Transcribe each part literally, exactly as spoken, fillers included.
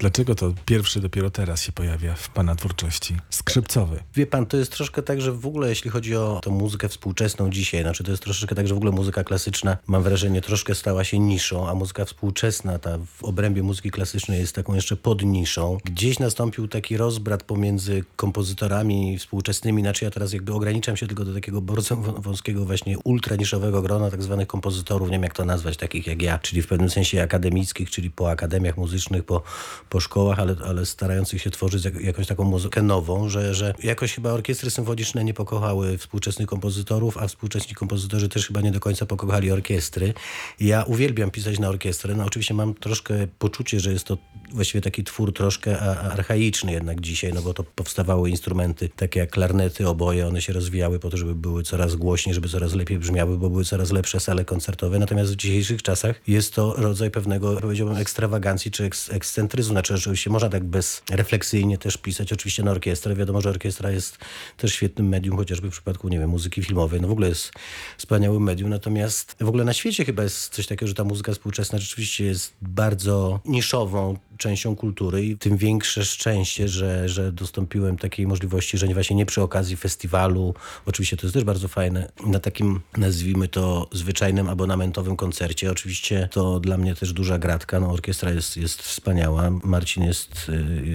Dlaczego to pierwszy dopiero teraz się pojawia w pana twórczości? Skrzypcowy. Wie pan, to jest troszkę tak, że w ogóle jeśli chodzi o tą muzykę współczesną dzisiaj, znaczy to jest troszeczkę tak, że w ogóle muzyka klasyczna, mam wrażenie, troszkę stała się niszą, a muzyka współczesna, ta w obrębie muzyki klasycznej jest taką jeszcze podniszą. Gdzieś nastąpił taki rozbrat pomiędzy kompozytorami współczesnymi, znaczy ja teraz jakby ograniczam się tylko do takiego bardzo wąskiego właśnie ultraniszowego grona tak zwanych kompozytorów, nie wiem jak to nazwać, takich jak ja, czyli w pewnym sensie akademickich, czyli po akademiach muzycznych, po, po szkołach, ale, ale starających się tworzyć jak, jakąś taką muzykę nową, że, że jakoś chyba orkiestry symfoniczne nie pokochały współczesnych kompozytorów, a współczesni kompozytorzy też chyba nie do końca pokochali orkiestry. Ja uwielbiam pisać na orkiestrę, no oczywiście mam troszkę poczucie, że jest to właściwie taki twór troszkę archaiczny jednak dzisiaj, no bo to powstawały instrumenty takie jak klarnety, oboje, one się rozwijały po to, żeby były coraz głośniej, żeby coraz lepiej brzmiały, bo były coraz lepsze sale koncertowe, natomiast w dzisiejszych czasach jest to rodzaj pewnego, powiedziałbym, ekstrawagancji czy eks- ekscentryzmu, znaczy oczywiście można tak bezrefleksyjnie też pisać, oczywiście na orkiestrę, wiadomo, że orkiestra jest też świetnym medium, chociażby w przypadku, nie wiem, muzyki filmowej, no w ogóle jest wspaniałym medium, natomiast w ogóle na świecie chyba jest coś takiego, że ta muzyka współczesna rzeczywiście jest bardzo niszową częścią kultury i tym większe szczęście, że, że dostąpiłem takiej możliwości, że właśnie nie przy okazji festiwalu, oczywiście to jest też bardzo fajne, na takim, nazwijmy to, zwyczajnym abonamentowym koncercie. Oczywiście to dla mnie też duża gratka, no orkiestra jest, jest wspaniała. Marcin jest,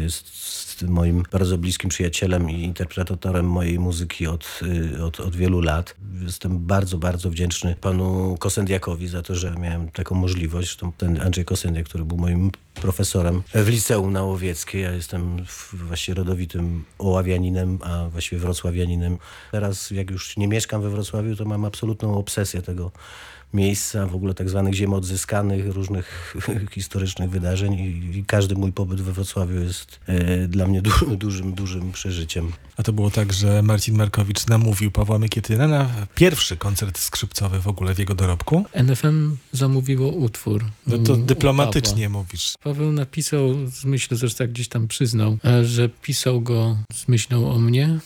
jest moim bardzo bliskim przyjacielem i interpretatorem mojej muzyki od, od, od wielu lat. Jestem bardzo, bardzo wdzięczny panu Kosendiakowi za to, że miałem taką możliwość. Zresztą ten Andrzej Kosendiak, który był moim profesorem w liceum na Łowieckiej. Ja jestem właśnie rodowitym oławianinem, a właściwie wrocławianinem. Teraz jak już nie mieszkam we Wrocławiu, to mam absolutną obsesję tego miejsca, w ogóle tak zwanych ziem odzyskanych, różnych historycznych wydarzeń i, i każdy mój pobyt we Wrocławiu jest e, dla mnie du- dużym, dużym przeżyciem. A to było tak, że Marcin Markowicz namówił Pawła Mykietyna na pierwszy koncert skrzypcowy w ogóle w jego dorobku? N F M zamówiło utwór. No to dyplomatycznie mówisz. Paweł napisał z myślą, zresztą tak gdzieś tam przyznał, że pisał go z myślą o mnie.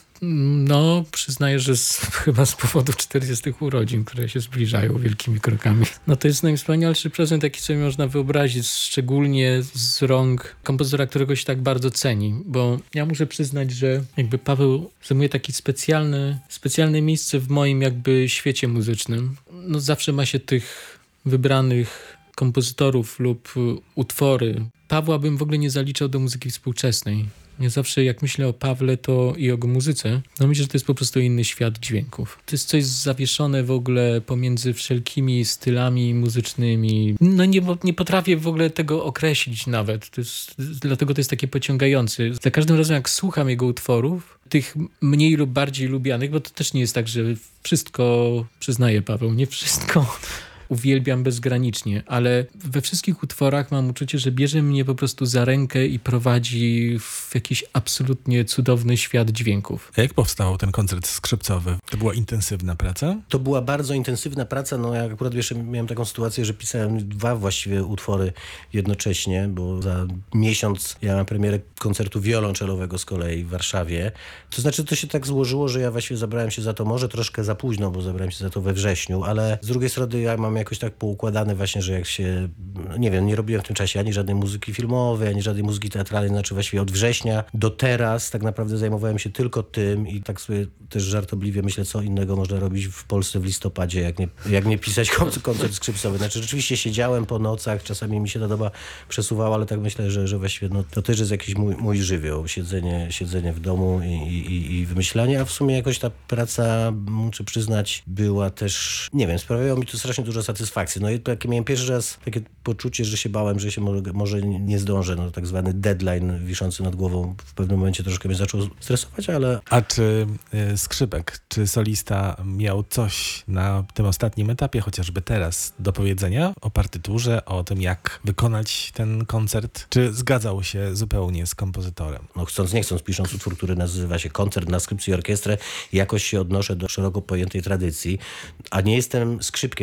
No, przyznaję, że z, chyba z powodu czterdziestych urodzin, które się zbliżają wielkimi krokami. No to jest najwspanialszy prezent, jaki sobie można wyobrazić, szczególnie z rąk kompozytora, którego się tak bardzo ceni, bo ja muszę przyznać, że jakby Paweł zajmuje takie specjalne, specjalne miejsce w moim jakby świecie muzycznym. No zawsze ma się tych wybranych kompozytorów lub utwory. Pawła bym w ogóle nie zaliczał do muzyki współczesnej. Ja zawsze jak myślę o Pawle to i o jego muzyce, no myślę, że to jest po prostu inny świat dźwięków. To jest coś zawieszone w ogóle pomiędzy wszelkimi stylami muzycznymi. No nie, nie potrafię w ogóle tego określić nawet. To jest, dlatego to jest takie pociągające. Za każdym razem jak słucham jego utworów, tych mniej lub bardziej lubianych, bo to też nie jest tak, że wszystko przyznaje Paweł, nie wszystko uwielbiam bezgranicznie, ale we wszystkich utworach mam uczucie, że bierze mnie po prostu za rękę i prowadzi w jakiś absolutnie cudowny świat dźwięków. A jak powstał ten koncert skrzypcowy? To była intensywna praca? To była bardzo intensywna praca. No ja akurat jeszcze miałem taką sytuację, że pisałem dwa właściwie utwory jednocześnie, bo za miesiąc ja mam premierę koncertu wiolonczelowego z kolei w Warszawie. To znaczy to się tak złożyło, że ja właściwie zabrałem się za to może troszkę za późno, bo zabrałem się za to we wrześniu, ale z drugiej strony ja mam jakoś tak poukładane właśnie, że jak się, nie wiem, nie robiłem w tym czasie ani żadnej muzyki filmowej, ani żadnej muzyki teatralnej, znaczy właściwie od września do teraz tak naprawdę zajmowałem się tylko tym i tak sobie też żartobliwie myślę, co innego można robić w Polsce w listopadzie, jak nie, jak nie pisać koncert skrzypcowy. Znaczy rzeczywiście siedziałem po nocach, czasami mi się ta doba przesuwała, ale tak myślę, że, że właściwie no, to też jest jakiś mój, mój żywioł, siedzenie, siedzenie w domu i, i, i wymyślanie, a w sumie jakoś ta praca, muszę przyznać, była też, nie wiem, sprawiało mi to strasznie dużo satysfakcji. No i takie miałem pierwszy raz takie poczucie, że się bałem, że się może, może nie zdążę. No, tak zwany deadline wiszący nad głową w pewnym momencie troszkę mnie zaczął stresować, ale... A czy y, skrzypek, czy solista miał coś na tym ostatnim etapie, chociażby teraz, do powiedzenia o partyturze, o tym, jak wykonać ten koncert? Czy zgadzał się zupełnie z kompozytorem? No chcąc, nie chcąc, pisząc utwór, który nazywa się Koncert na skrzypcu i orkiestrę, jakoś się odnoszę do szeroko pojętej tradycji, a nie jestem skrzypkiem, w ogóle nie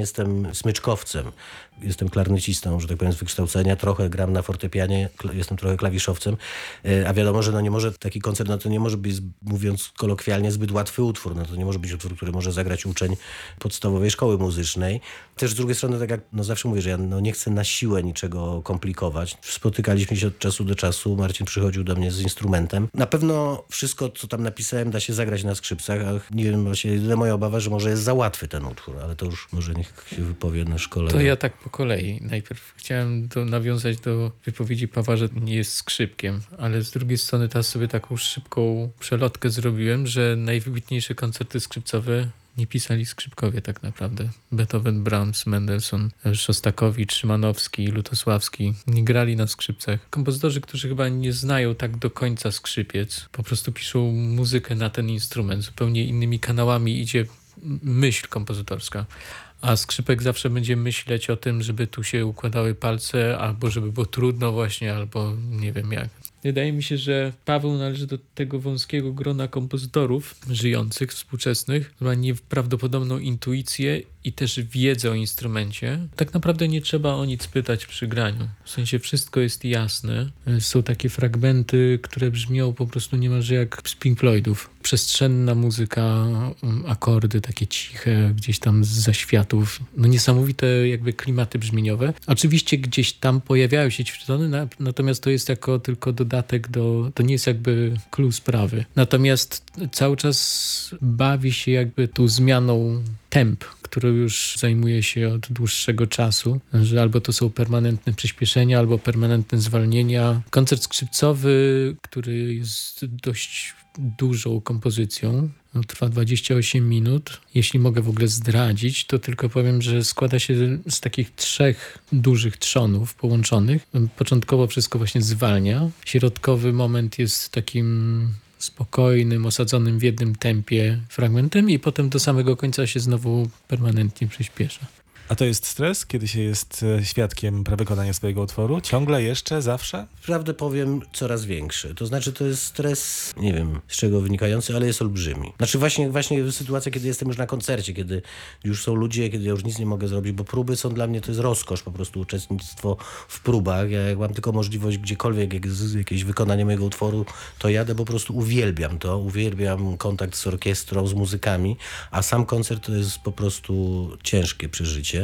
jestem smyczkowcem. Jestem klarnecistą, że tak powiem, z wykształcenia. Trochę gram na fortepianie, jestem trochę klawiszowcem. A wiadomo, że no nie może taki koncert, no to nie może być, mówiąc kolokwialnie, zbyt łatwy utwór. No to nie może być utwór, który może zagrać uczeń podstawowej szkoły muzycznej. Też z drugiej strony, tak jak no zawsze mówię, że ja no nie chcę na siłę niczego komplikować. Spotykaliśmy się od czasu do czasu. Marcin przychodził do mnie z instrumentem. Na pewno wszystko, co tam napisałem, da się zagrać na skrzypcach. A nie wiem, właśnie jedyna moja obawa, że może jest za łatwy ten utwór, ale to już może niech się wypowie na szkole. To ja tak po kolei. Najpierw chciałem do, nawiązać do wypowiedzi Pawła, że nie jest skrzypkiem, ale z drugiej strony teraz sobie taką szybką przelotkę zrobiłem, że najwybitniejsze koncerty skrzypcowe nie pisali skrzypkowie tak naprawdę. Beethoven, Brahms, Mendelssohn, Szostakowicz, Szymanowski, Lutosławski nie grali na skrzypcach. Kompozytorzy, którzy chyba nie znają tak do końca skrzypiec, po prostu piszą muzykę na ten instrument. Zupełnie innymi kanałami idzie myśl kompozytorska. A skrzypek zawsze będzie myśleć o tym, żeby tu się układały palce, albo żeby było trudno właśnie, albo nie wiem jak. Wydaje mi się, że Paweł należy do tego wąskiego grona kompozytorów żyjących, współczesnych, który ma nieprawdopodobną intuicję i też wiedzę o instrumencie. Tak naprawdę nie trzeba o nic pytać przy graniu. W sensie wszystko jest jasne. Są takie fragmenty, które brzmią po prostu niemalże jak z Pink Floydów. Przestrzenna muzyka, akordy takie ciche, gdzieś tam z zaświatów. No niesamowite jakby klimaty brzmieniowe. Oczywiście gdzieś tam pojawiają się ćwiertony, natomiast to jest jako tylko dodatek do... To nie jest jakby clue sprawy. Natomiast cały czas bawi się jakby tą zmianą temp, który już zajmuje się od dłuższego czasu, że albo to są permanentne przyspieszenia, albo permanentne zwalnienia. Koncert skrzypcowy, który jest dość dużą kompozycją, trwa dwadzieścia osiem minut. Jeśli mogę w ogóle zdradzić, to tylko powiem, że składa się z takich trzech dużych trzonów połączonych. Początkowo wszystko właśnie zwalnia. Środkowy moment jest takim spokojnym, osadzonym w jednym tempie fragmentem i potem do samego końca się znowu permanentnie przyspiesza. A to jest stres, kiedy się jest świadkiem prawykonania swojego utworu? Ciągle, jeszcze, zawsze? Prawdę powiem, coraz większy. To znaczy, to jest stres, nie wiem z czego wynikający, ale jest olbrzymi. Znaczy właśnie, właśnie sytuacja, kiedy jestem już na koncercie, kiedy już są ludzie, kiedy ja już nic nie mogę zrobić, bo próby są dla mnie, to jest rozkosz po prostu, uczestnictwo w próbach. Ja jak mam tylko możliwość gdziekolwiek, jak jakieś wykonanie mojego utworu, to jadę, po prostu uwielbiam to, uwielbiam kontakt z orkiestrą, z muzykami, a sam koncert to jest po prostu ciężkie przeżycie.